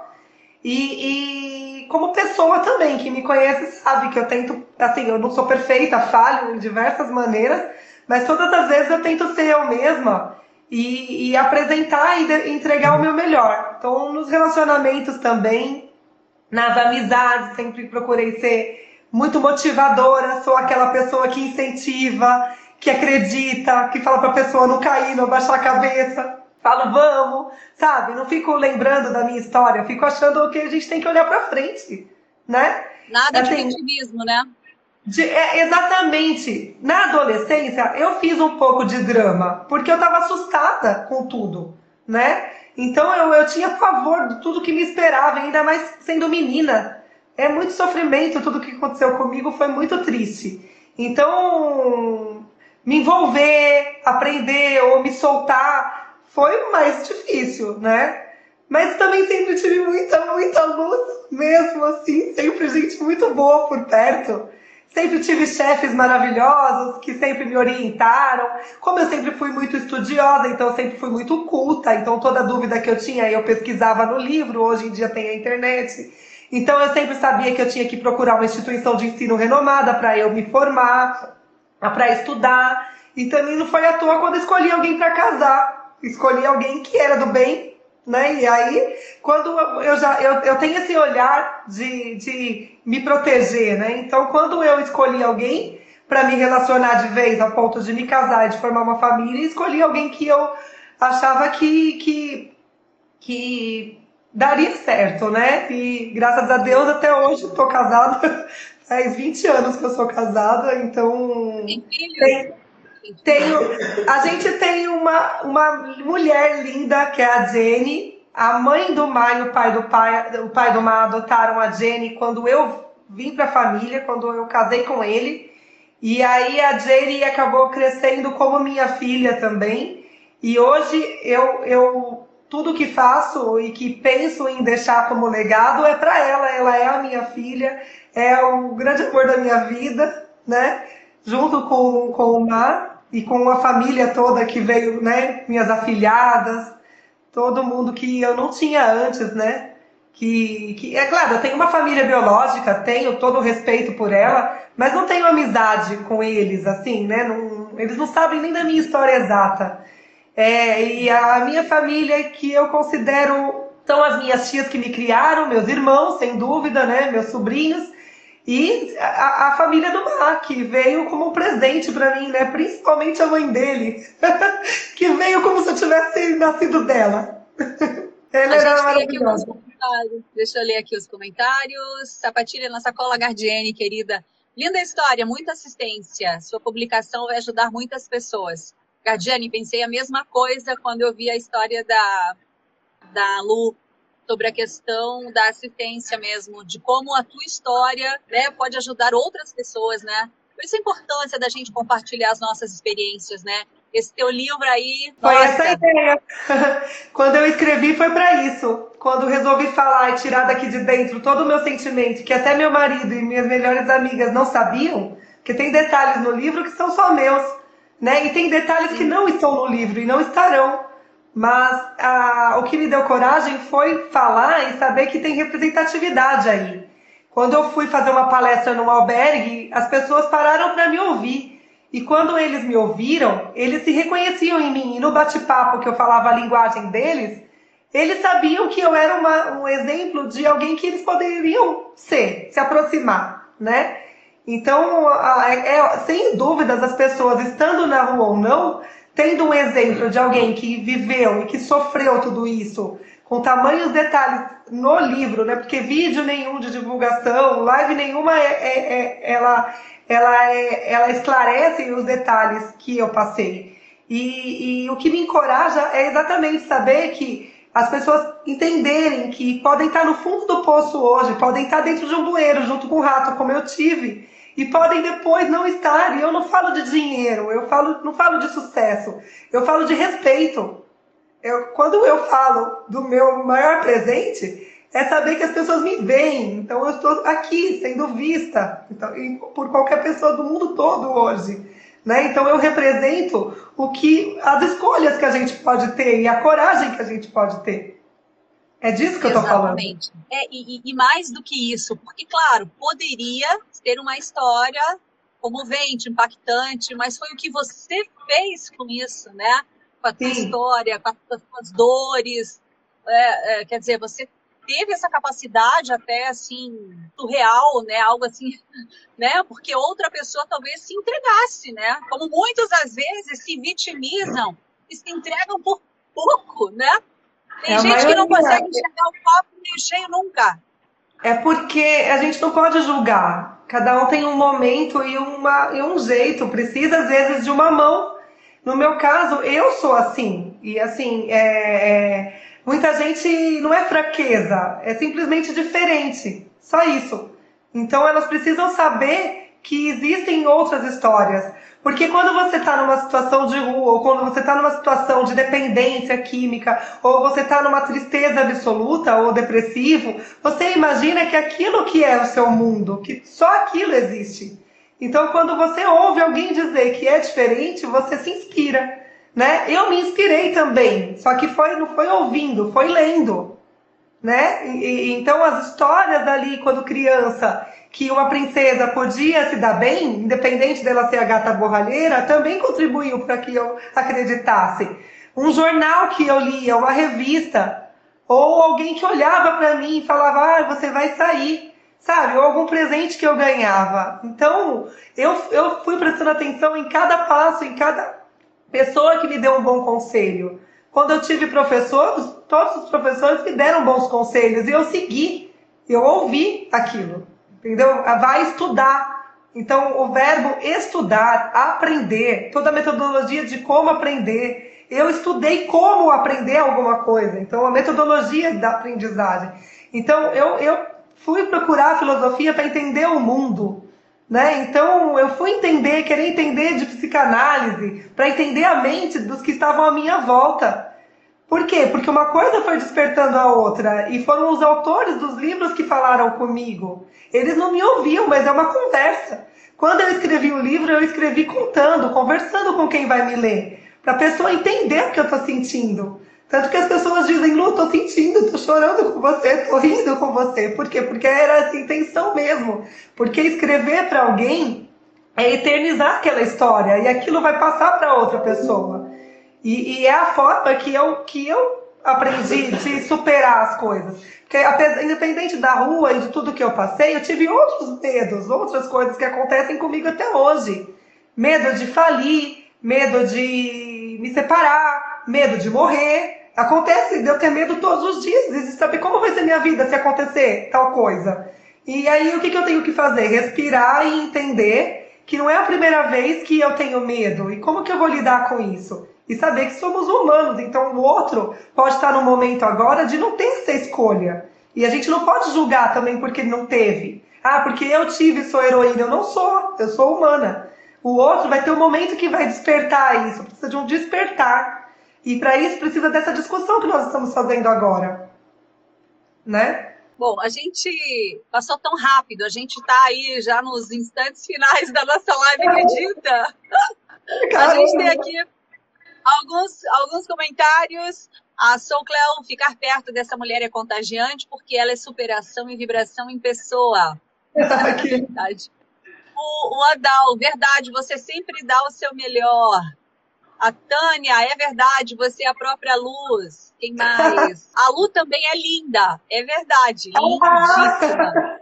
E, e como pessoa também, que me conhece sabe que eu tento, assim, eu não sou perfeita, falho em diversas maneiras, mas todas as vezes eu tento ser eu mesma, E, e apresentar e de, entregar o meu melhor. Então, nos relacionamentos também, nas amizades, sempre procurei ser muito motivadora, sou aquela pessoa que incentiva, que acredita, que fala para a pessoa não cair, não baixar a cabeça, falo vamos, sabe? Não fico lembrando da minha história, fico achando que a gente tem que olhar para frente, né? Nada de Assim, vitimismo, né? De, é, exatamente. Na adolescência, eu fiz um pouco de drama, porque eu estava assustada com tudo, né? Então eu, eu tinha pavor de tudo que me esperava, ainda mais sendo menina. É muito sofrimento, tudo que aconteceu comigo foi muito triste. Então, me envolver, aprender ou me soltar foi mais difícil, né? Mas também sempre tive muita, muita luz mesmo, assim, sempre gente muito boa por perto. Sempre tive chefes maravilhosos que sempre me orientaram. Como eu sempre fui muito estudiosa, então eu sempre fui muito culta. Então toda dúvida que eu tinha eu pesquisava no livro. Hoje em dia tem a internet. Então eu sempre sabia que eu tinha que procurar uma instituição de ensino renomada para eu me formar, para estudar. E também não foi à toa quando escolhi alguém para casar. Escolhi alguém que era do bem. Né? E aí, quando eu já eu, eu tenho esse olhar de, de me proteger, né? Então, quando eu escolhi alguém para me relacionar de vez a ponto de me casar e de formar uma família, escolhi alguém que eu achava que, que, que daria certo, né? E graças a Deus até hoje estou casada, faz vinte anos que eu sou casada, então Tem filhos? tenho, a gente tem uma, uma mulher linda, que é a Jenny. A mãe do Mai e o pai do, pai, o pai do Mai adotaram a Jenny quando eu vim para a família, quando eu casei com ele. E aí a Jenny acabou crescendo como minha filha também. E hoje eu, eu tudo que faço e que penso em deixar como legado é para ela. Ela é a minha filha, é o grande amor da minha vida, né? Junto com, com o Mar. E com a família toda que veio, né? Minhas afilhadas, todo mundo que eu não tinha antes, né? Que, que, é claro, eu tenho uma família biológica, tenho todo o respeito por ela, mas não tenho amizade com eles, assim, né? Não, eles não sabem nem da minha história exata. É, e a minha família, que eu considero, são as minhas tias que me criaram, meus irmãos, sem dúvida, né? Meus sobrinhos. E a, a família do Mar, que veio como um presente para mim, né? Principalmente a mãe dele, que veio como se eu tivesse nascido dela. Ela era maravilhosa. Deixa eu ler aqui os comentários. Sapatilha na sacola Gardiene, querida. Linda história, muita assistência. Sua publicação vai ajudar muitas pessoas. Gardiene, pensei a mesma coisa quando eu vi a história da, da Lu, sobre a questão da assistência mesmo, de como a tua história, né, pode ajudar outras pessoas, né? Por isso a importância da gente compartilhar as nossas experiências, né? Esse teu livro aí... Foi nossa. Essa a ideia. Quando eu escrevi foi para isso. Quando resolvi falar e tirar daqui de dentro todo o meu sentimento, que até meu marido e minhas melhores amigas não sabiam, porque tem detalhes no livro que são só meus, né? E tem detalhes que não estão no livro e não estarão. Mas ah, o que me deu coragem foi falar e saber que tem representatividade aí. Quando eu fui fazer uma palestra num albergue, as pessoas pararam para me ouvir. E quando eles me ouviram, eles se reconheciam em mim. E no bate-papo que eu falava a linguagem deles, eles sabiam que eu era uma, um exemplo de alguém que eles poderiam ser, se aproximar, né? Então, é, sem dúvidas, as pessoas, estando na rua ou não, tendo um exemplo de alguém que viveu e que sofreu tudo isso, com tamanhos detalhes no livro, né? Porque vídeo nenhum de divulgação, live nenhuma, é, é, é, ela, ela, é, ela esclarece os detalhes que eu passei. E, e o que me encoraja é exatamente saber que as pessoas entenderem que podem estar no fundo do poço hoje, podem estar dentro de um bueiro junto com o rato, como eu tive, e podem depois não estar. E eu não falo de dinheiro, eu falo, não falo de sucesso, eu falo de respeito. Eu, quando eu falo do meu maior presente, é saber que as pessoas me veem. Então eu estou aqui, sendo vista, então, por qualquer pessoa do mundo todo hoje. Né? Então eu represento o que, as escolhas que a gente pode ter e a coragem que a gente pode ter. É disso que eu estou falando. Exatamente. É, e, e mais do que isso, porque, claro, poderia ter uma história comovente, impactante, mas foi o que você fez com isso, né? Com a tua Sim. história, com as tuas dores. É, é, quer dizer, você teve essa capacidade até, assim, surreal, né? Algo assim, né? Porque outra pessoa talvez se entregasse, né? Como muitos, às vezes, se vitimizam e se entregam por pouco, né? Tem É a gente que não maioria. consegue enxergar o copo meio cheio nunca. É porque a gente não pode julgar. Cada um tem um momento e, uma, e um jeito. Precisa, às vezes, de uma mão. No meu caso, eu sou assim. E, assim, é, é, muita gente não é fraqueza. É simplesmente diferente. Só isso. Então, elas precisam saber que existem outras histórias. Porque quando você está numa situação de rua, ou quando você está numa situação de dependência química, ou você está numa tristeza absoluta, ou depressivo, você imagina que aquilo que é o seu mundo, que só aquilo existe. Então, quando você ouve alguém dizer que é diferente, você se inspira, né? Eu me inspirei também, só que foi, não foi ouvindo, foi lendo, né? E, e, então, as histórias ali, quando criança, que uma princesa podia se dar bem, independente dela ser a gata borralheira, também contribuiu para que eu acreditasse. Um jornal que eu lia, uma revista, ou alguém que olhava para mim e falava, ah, você vai sair, sabe? Ou algum presente que eu ganhava. Então, eu, eu fui prestando atenção em cada passo, em cada pessoa que me deu um bom conselho. Quando eu tive professores, todos os professores me deram bons conselhos e eu segui, eu ouvi aquilo. Entendeu? Vai estudar. Então, o verbo estudar, aprender, toda a metodologia de como aprender. Eu estudei como aprender alguma coisa. Então, a metodologia da aprendizagem. Então, eu, eu fui procurar a filosofia para entender o mundo. Né? Então, eu fui entender, querer entender de psicanálise, para entender a mente dos que estavam à minha volta. Por quê? Porque uma coisa foi despertando a outra. E foram os autores dos livros que falaram comigo. Eles não me ouviam, mas é uma conversa. Quando eu escrevi o livro, eu escrevi contando, conversando com quem vai me ler. Para a pessoa entender o que eu estou sentindo. Tanto que as pessoas dizem, Lu, estou sentindo, estou chorando com você, estou rindo com você. Por quê? Porque era essa intenção mesmo. Porque escrever para alguém é eternizar aquela história. E aquilo vai passar para outra pessoa. E, e é a forma que eu, que eu aprendi de superar as coisas. Porque, independente da rua e de tudo que eu passei, eu tive outros medos, outras coisas que acontecem comigo até hoje. Medo de falir, medo de me separar, medo de morrer. Acontece de eu ter medo todos os dias, de saber como vai ser minha vida se acontecer tal coisa. E aí, o que, que eu tenho que fazer? Respirar e entender que não é a primeira vez que eu tenho medo. E como que eu vou lidar com isso? E saber que somos humanos, então o outro pode estar no momento agora de não ter essa escolha. E a gente não pode julgar também porque não teve. Ah, porque eu tive, sou heroína. Eu não sou, eu sou humana. O outro vai ter um momento que vai despertar isso, precisa de um despertar. E para isso precisa dessa discussão que nós estamos fazendo agora. Né? Bom, a gente passou tão rápido, a gente está aí já nos instantes finais da nossa live, acredita? A gente tem aqui Alguns, alguns comentários. A Sou Cleo, ficar perto dessa mulher é contagiante porque ela é superação e vibração em pessoa. Verdade. O, o Adal, verdade, você sempre dá o seu melhor. A Tânia, é verdade, você é a própria luz. Quem mais? A Lu também é linda, é verdade, lindíssima.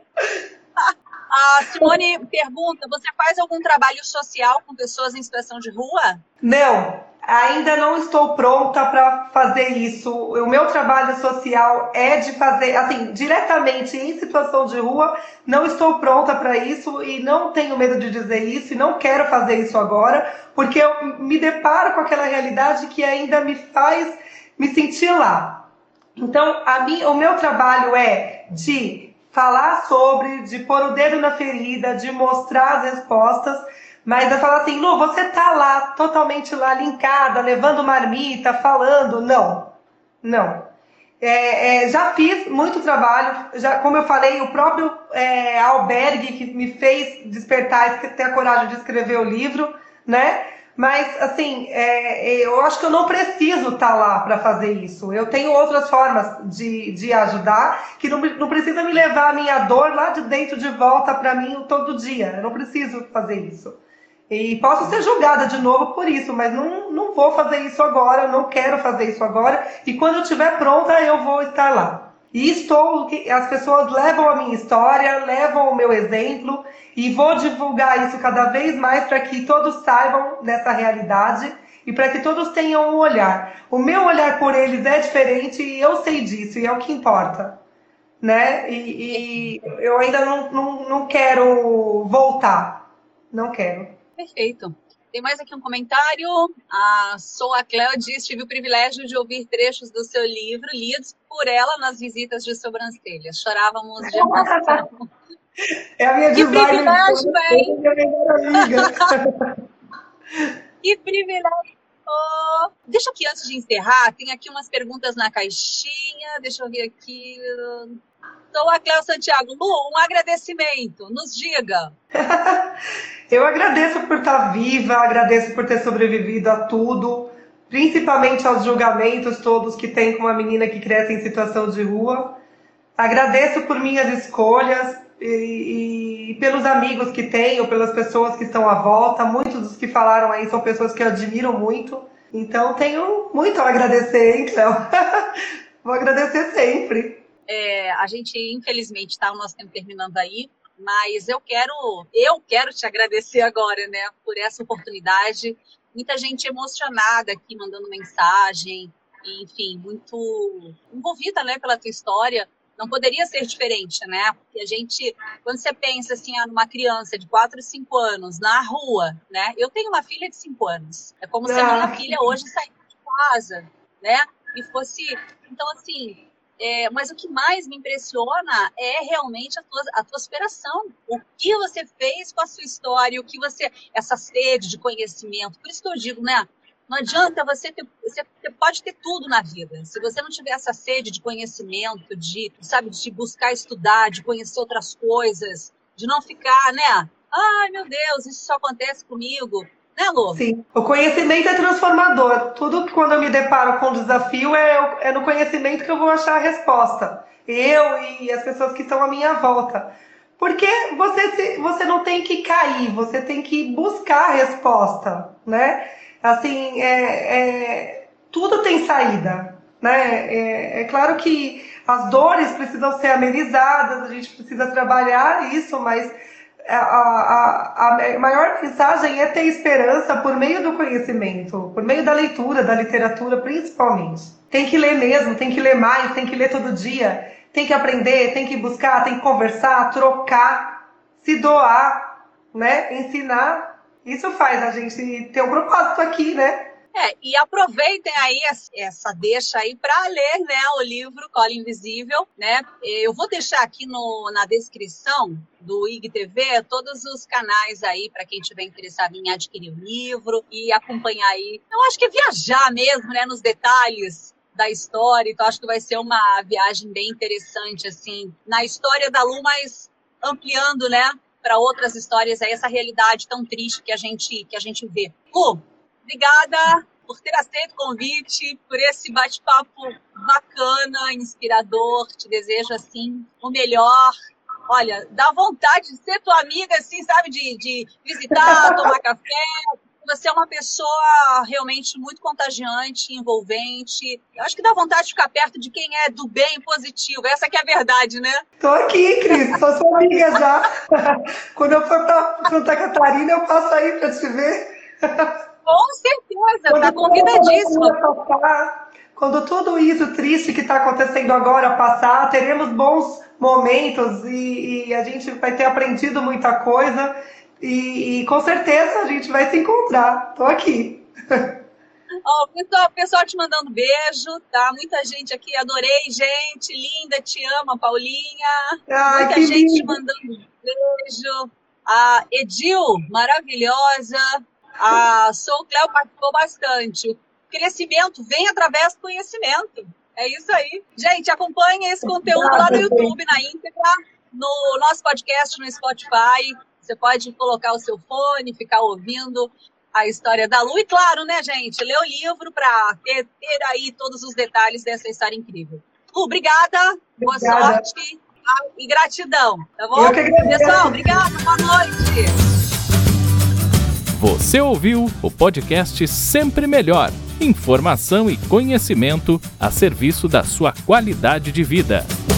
A Simone pergunta, você faz algum trabalho social com pessoas em situação de rua? Não, ainda não estou pronta para fazer isso. O meu trabalho social é de fazer, assim, diretamente em situação de rua, não estou pronta para isso e não tenho medo de dizer isso e não quero fazer isso agora, porque eu me deparo com aquela realidade que ainda me faz me sentir lá. Então, a mim, o meu trabalho é de falar sobre, de pôr o dedo na ferida, de mostrar as respostas, mas eu falo assim, Lu, você tá lá, totalmente lá, linkada, levando marmita, falando. Não, não. É, é, já fiz muito trabalho, já, como eu falei, o próprio é, albergue que me fez despertar, ter a coragem de escrever o livro, né? Mas, assim, é, eu acho que eu não preciso estar lá para fazer isso. Eu tenho outras formas de, de ajudar, que não, não precisa me levar a minha dor lá de dentro de volta para mim todo dia. Eu não preciso fazer isso. E posso ser julgada de novo por isso, mas não, não vou fazer isso agora, eu não quero fazer isso agora. E quando eu estiver pronta, eu vou estar lá. E estou, as pessoas levam a minha história, levam o meu exemplo, e vou divulgar isso cada vez mais para que todos saibam dessa realidade e para que todos tenham um olhar. O meu olhar por eles é diferente e eu sei disso, e é o que importa. Né? E, e eu ainda não, não, não quero voltar. Não quero. Perfeito. Tem mais aqui um comentário. A Sou a Cléo diz: tive o privilégio de ouvir trechos do seu livro lidos por ela nas visitas de sobrancelha. Chorávamos de emoção. É a minha que designer. Privilégio, hein? É a minha melhor amiga. Que privilégio. Oh. Deixa aqui, antes de encerrar, tem aqui umas perguntas na caixinha. Deixa eu ver aqui. Sou a Cléo Santiago. Lu, um agradecimento. Nos diga. Eu agradeço por estar viva, agradeço por ter sobrevivido a tudo, principalmente aos julgamentos todos que tem com uma menina que cresce em situação de rua. Agradeço por minhas escolhas e, e pelos amigos que tenho, pelas pessoas que estão à volta. Muitos dos que falaram aí são pessoas que eu admiro muito. Então tenho muito a agradecer, hein, Cléo? Vou agradecer sempre. É, a gente, infelizmente, está o nosso tempo terminando aí, mas eu quero, eu quero te agradecer agora, né, por essa oportunidade. Muita gente emocionada aqui, mandando mensagem, enfim, muito envolvida, né, pela tua história. Não poderia ser diferente, né? Porque a gente, quando você pensa assim, ah, numa criança de quatro, cinco anos, na rua, né? Eu tenho uma filha de cinco anos. É como ah. se a minha filha hoje saísse de casa, né? E fosse... Então, assim... É, mas o que mais me impressiona é realmente a tua, a tua superação. O que você fez com a sua história, o que você... Essa sede de conhecimento. Por isso que eu digo, né? Não adianta você ter... Você, você pode ter tudo na vida. Se você não tiver essa sede de conhecimento, de, sabe, de buscar estudar, de conhecer outras coisas, de não ficar, né? Ai, meu Deus, isso só acontece comigo. Né, Lu? Sim, o conhecimento é transformador. Tudo que quando eu me deparo com desafio é, é no conhecimento que eu vou achar a resposta. Eu e as pessoas que estão à minha volta. Porque você, você não tem que cair, você tem que buscar a resposta, né? Assim, é, é, tudo tem saída, né? É, é claro que as dores precisam ser amenizadas, a gente precisa trabalhar isso, mas... A, a, a maior mensagem é ter esperança por meio do conhecimento, por meio da leitura, da literatura principalmente. Tem que ler mesmo, tem que ler mais, tem que ler todo dia, tem que aprender, tem que buscar, tem que conversar, trocar, se doar, né? Ensinar. Isso faz a gente ter um propósito aqui, né? É, e aproveitem aí essa deixa aí para ler, né, o livro Cola Invisível, né? Eu vou deixar aqui no, na descrição do I G T V todos os canais aí para quem estiver interessado em adquirir o livro e acompanhar aí. Eu acho que é viajar mesmo, né, nos detalhes da história. Então acho que vai ser uma viagem bem interessante assim na história da Lu, mas ampliando, né, para outras histórias aí, essa realidade tão triste que a gente que a gente vê. Lu, obrigada por ter aceito o convite, por esse bate-papo bacana, inspirador. Te desejo, assim, o melhor. Olha, dá vontade de ser tua amiga, assim, sabe? De, de visitar, tomar café. Você é uma pessoa realmente muito contagiante, envolvente. Eu acho que dá vontade de ficar perto de quem é do bem, positivo. Essa que é a verdade, né? Tô aqui, Cris. Sou sua amiga já. Quando eu for pra Santa Catarina, eu passo aí pra te ver. Com certeza, tá convidadíssima. Quando tudo isso triste que está acontecendo agora passar, teremos bons momentos e, e a gente vai ter aprendido muita coisa e, e com certeza a gente vai se encontrar. Tô aqui. Ó, pessoal, pessoal te mandando beijo, tá? Muita gente aqui, adorei, gente, linda, te amo, Paulinha. Ai, Muita gente lindo. te mandando beijo. A Edil, maravilhosa. A Sou Cléo participou bastante. O crescimento vem através do conhecimento. É isso aí. Gente, acompanhe esse conteúdo lá no YouTube, na íntegra, no nosso podcast, no Spotify. Você pode colocar o seu fone, ficar ouvindo a história da Lu. E claro, né, gente, ler o livro para ter, ter aí todos os detalhes dessa história incrível. Lu, obrigada, boa Obrigada. sorte e gratidão, tá bom? Eu que agradeço. Pessoal, obrigada, boa noite. Você ouviu o podcast Sempre Melhor. Informação e conhecimento a serviço da sua qualidade de vida.